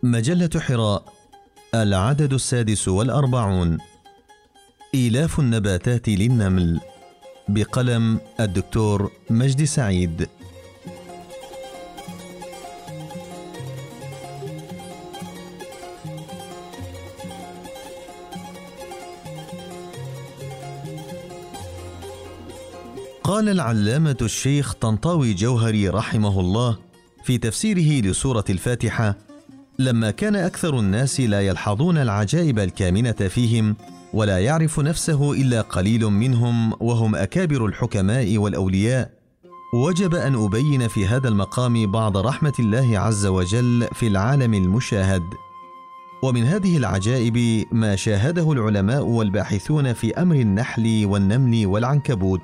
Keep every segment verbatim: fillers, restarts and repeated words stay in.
مجلة حراء، العدد السادس والأربعون، إيلاف النباتات للنمل، بقلم الدكتور مجدي سعيد. قال العلامة الشيخ طنطاوي جوهري رحمه الله في تفسيره لسورة الفاتحة: لما كان أكثر الناس لا يلحظون العجائب الكامنة فيهم، ولا يعرف نفسه إلا قليل منهم وهم أكابر الحكماء والأولياء، وجب أن أبين في هذا المقام بعض رحمة الله عز وجل في العالم المشاهد. ومن هذه العجائب ما شاهده العلماء والباحثون في أمر النحل والنمل والعنكبوت.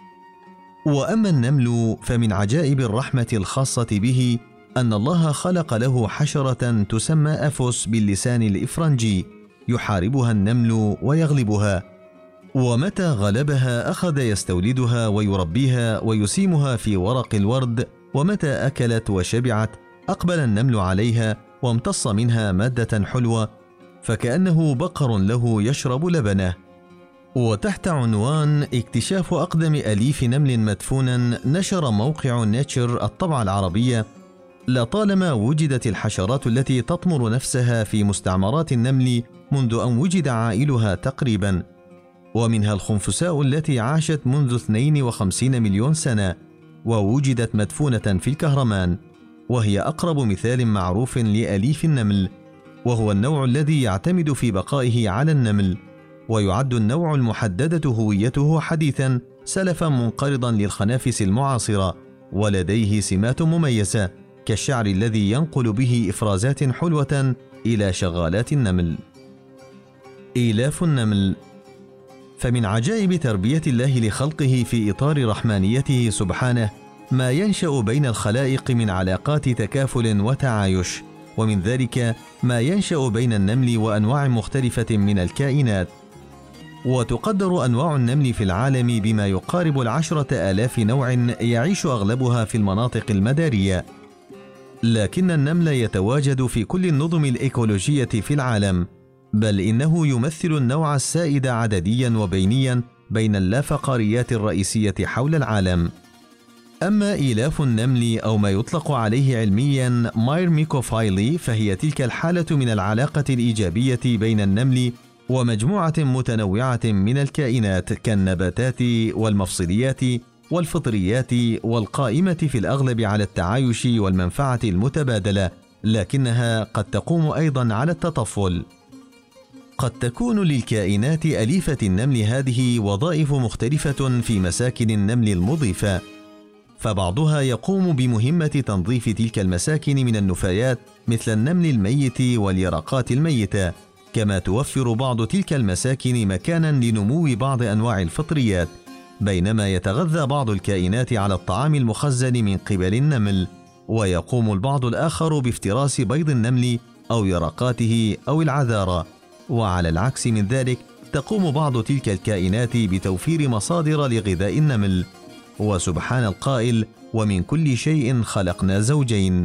وأما النمل فمن عجائب الرحمة الخاصة به أن الله خلق له حشرة تسمى أفوس باللسان الإفرنجي، يحاربها النمل ويغلبها، ومتى غلبها أخذ يستولدها ويربيها ويسيمها في ورق الورد، ومتى أكلت وشبعت أقبل النمل عليها وامتص منها مادة حلوة، فكأنه بقر له يشرب لبنه. وتحت عنوان اكتشاف أقدم أليف نمل مدفونا، نشر موقع نيتشر الطبعة العربية: لطالما وجدت الحشرات التي تطمر نفسها في مستعمرات النمل منذ أن وجد عائلها تقريبا، ومنها الخنفساء التي عاشت منذ اثنين وخمسين مليون سنة ووجدت مدفونة في الكهرمان، وهي أقرب مثال معروف لأليف النمل، وهو النوع الذي يعتمد في بقائه على النمل، ويعد النوع المحددة هويته حديثا سلفا منقرضا للخنافس المعاصرة، ولديه سمات مميزة كالشعر الذي ينقل به إفرازات حلوة إلى شغالات النمل. إيلاف النمل. فمن عجائب تربية الله لخلقه في إطار رحمانيته سبحانه ما ينشأ بين الخلائق من علاقات تكافل وتعايش، ومن ذلك ما ينشأ بين النمل وأنواع مختلفة من الكائنات. وتقدر أنواع النمل في العالم بما يقارب العشرة آلاف نوع، يعيش أغلبها في المناطق المدارية، لكن النمل يتواجد في كل النظم الإيكولوجية في العالم، بل إنه يمثل النوع السائد عدديا وبينيا بين اللافقاريات الرئيسية حول العالم. أما إيلاف النمل أو ما يطلق عليه علميا مايرميكوفايلي، فهي تلك الحالة من العلاقة الإيجابية بين النمل ومجموعة متنوعة من الكائنات كالنباتات والمفصليات والفطريات، والقائمة في الأغلب على التعايش والمنفعة المتبادلة، لكنها قد تقوم أيضا على التطفل. قد تكون للكائنات أليفة النمل هذه وظائف مختلفة في مساكن النمل المضيفة، فبعضها يقوم بمهمة تنظيف تلك المساكن من النفايات مثل النمل الميت واليرقات الميتة، كما توفر بعض تلك المساكن مكانا لنمو بعض أنواع الفطريات، بينما يتغذى بعض الكائنات على الطعام المخزن من قبل النمل، ويقوم البعض الآخر بافتراس بيض النمل أو يرقاته أو العذارى. وعلى العكس من ذلك تقوم بعض تلك الكائنات بتوفير مصادر لغذاء النمل. وسبحان القائل: ومن كل شيء خلقنا زوجين.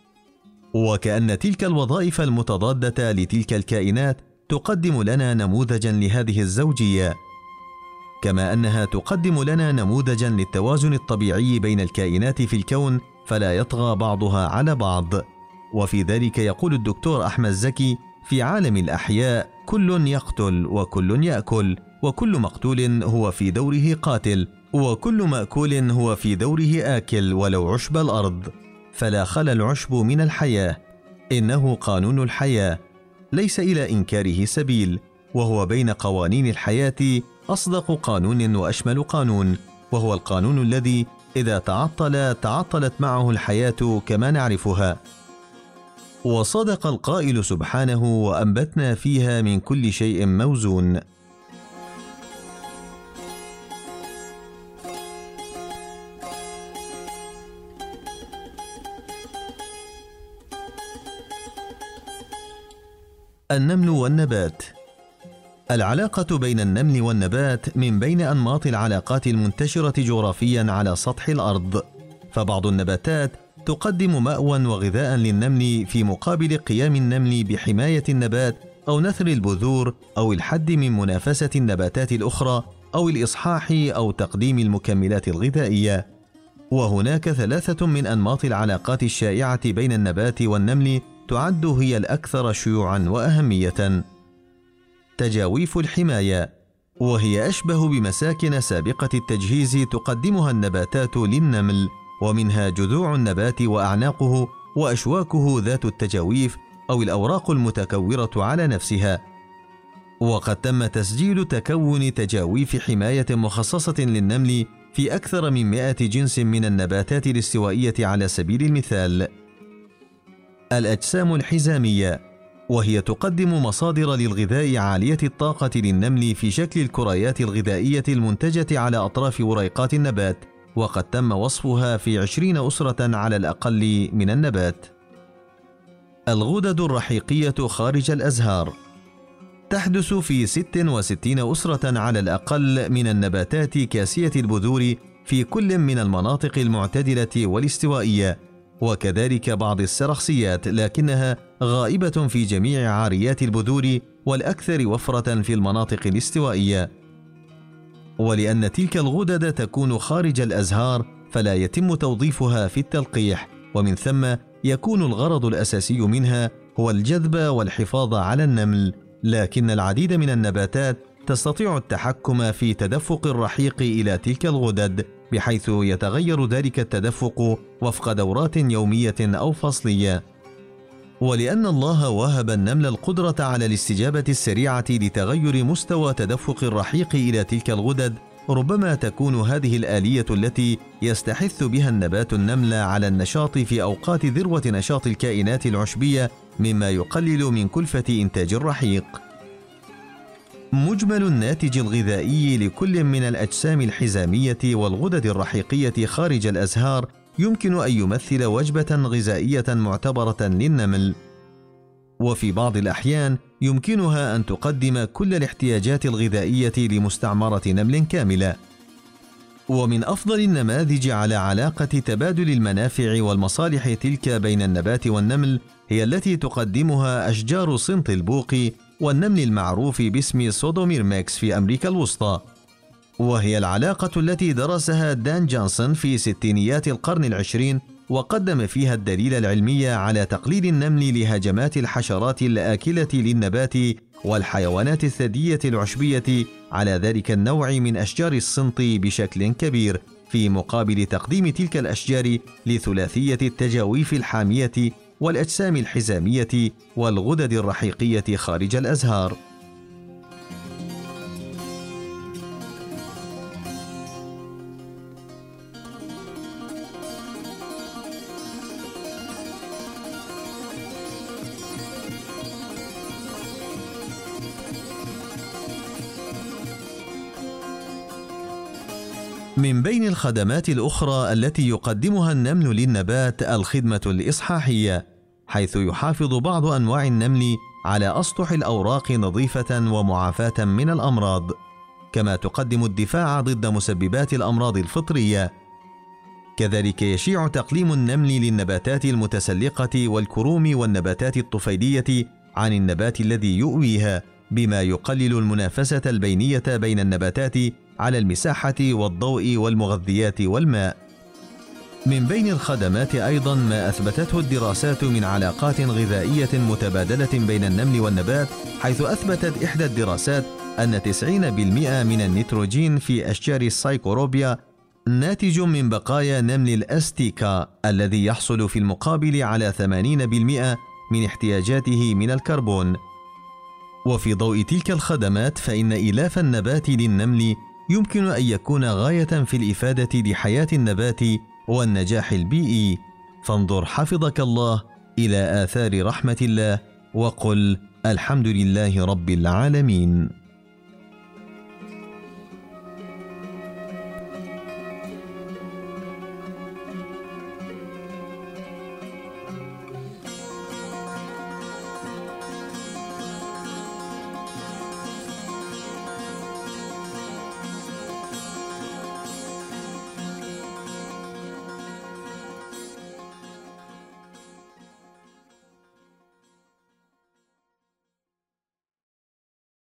وكأن تلك الوظائف المتضادة لتلك الكائنات تقدم لنا نموذجا لهذه الزوجية، كما أنها تقدم لنا نموذجا للتوازن الطبيعي بين الكائنات في الكون، فلا يطغى بعضها على بعض. وفي ذلك يقول الدكتور أحمد زكي: في عالم الأحياء كل يقتل وكل يأكل، وكل مقتول هو في دوره قاتل، وكل مأكول هو في دوره آكل ولو عشب الأرض، فلا خلا العشب من الحياة، إنه قانون الحياة، ليس إلى إنكاره سبيل، وهو بين قوانين الحياة أصدق قانون وأشمل قانون، وهو القانون الذي إذا تعطل تعطلت معه الحياة كما نعرفها. وصدق القائل سبحانه: وأنبتنا فيها من كل شيء موزون. النمل والنبات. العلاقة بين النمل والنبات من بين أنماط العلاقات المنتشرة جغرافيا على سطح الأرض، فبعض النباتات تقدم مأوى وغذاء للنمل في مقابل قيام النمل بحماية النبات أو نثر البذور أو الحد من منافسة النباتات الأخرى أو الإصحاح أو تقديم المكملات الغذائية. وهناك ثلاثة من أنماط العلاقات الشائعة بين النبات والنمل تعد هي الأكثر شيوعا وأهمية. تجاويف الحماية، وهي أشبه بمساكن سابقة التجهيز تقدمها النباتات للنمل، ومنها جذوع النبات وأعناقه وأشواكه ذات التجاويف أو الأوراق المتكورة على نفسها. وقد تم تسجيل تكون تجاويف حماية مخصصة للنمل في أكثر من مئة جنس من النباتات الاستوائية على سبيل المثال. الأجسام الحزامية، وهي تقدم مصادر للغذاء عالية الطاقة للنمل في شكل الكريات الغذائية المنتجة على أطراف وريقات النبات، وقد تم وصفها في عشرين أسرة على الأقل من النبات. الغدد الرحيقية خارج الأزهار، تحدث في ست وستين أسرة على الأقل من النباتات كاسية البذور في كل من المناطق المعتدلة والاستوائية، وكذلك بعض السرخسيات، لكنها غائبة في جميع عاريات البذور والأكثر وفرة في المناطق الاستوائية. ولأن تلك الغدد تكون خارج الأزهار فلا يتم توظيفها في التلقيح، ومن ثم يكون الغرض الأساسي منها هو الجذب والحفاظ على النمل، لكن العديد من النباتات تستطيع التحكم في تدفق الرحيق إلى تلك الغدد، بحيث يتغير ذلك التدفق وفق دورات يومية أو فصلية. ولأن الله وهب النمل القدرة على الاستجابة السريعة لتغير مستوى تدفق الرحيق إلى تلك الغدد، ربما تكون هذه الآلية التي يستحث بها النبات النمل على النشاط في أوقات ذروة نشاط الكائنات العشبية، مما يقلل من كلفة إنتاج الرحيق. مجمل الناتج الغذائي لكل من الأجسام الحزامية والغدد الرحيقية خارج الأزهار يمكن أن يمثل وجبة غذائية معتبرة للنمل، وفي بعض الأحيان يمكنها أن تقدم كل الاحتياجات الغذائية لمستعمرة نمل كاملة. ومن أفضل النماذج على علاقة تبادل المنافع والمصالح تلك بين النبات والنمل هي التي تقدمها أشجار صنط البوق والنمل المعروف باسم سودوميرمكس في أمريكا الوسطى، وهي العلاقة التي درسها دان جونسون في ستينيات القرن العشرين، وقدم فيها الدليل العلمي على تقليل النمل لهجمات الحشرات الآكلة للنبات والحيوانات الثديية العشبية على ذلك النوع من أشجار الصنط بشكل كبير، في مقابل تقديم تلك الأشجار لثلاثية التجاويف الحامية والأجسام الحزامية والغدد الرحيقية خارج الأزهار. من بين الخدمات الأخرى التي يقدمها النمل للنبات الخدمة الإصحاحية، حيث يحافظ بعض أنواع النمل على أسطح الأوراق نظيفة ومعافاة من الأمراض، كما تقدم الدفاع ضد مسببات الأمراض الفطرية. كذلك يشيع تقليم النمل للنباتات المتسلقة والكروم والنباتات الطفيلية عن النبات الذي يؤويها، بما يقلل المنافسة البينية بين النباتات على المساحة والضوء والمغذيات والماء. من بين الخدمات أيضا ما أثبتته الدراسات من علاقات غذائية متبادلة بين النمل والنبات، حيث أثبتت إحدى الدراسات أن تسعين بالمئة من النيتروجين في أشجار السايكوروبيا ناتج من بقايا نمل الأستيكا، الذي يحصل في المقابل على ثمانين بالمئة من احتياجاته من الكربون. وفي ضوء تلك الخدمات فإن إيلاف النبات للنمل يمكن أن يكون غاية في الإفادة لحياة النبات والنجاح البيئي. فانظر حفظك الله إلى آثار رحمة الله وقل الحمد لله رب العالمين.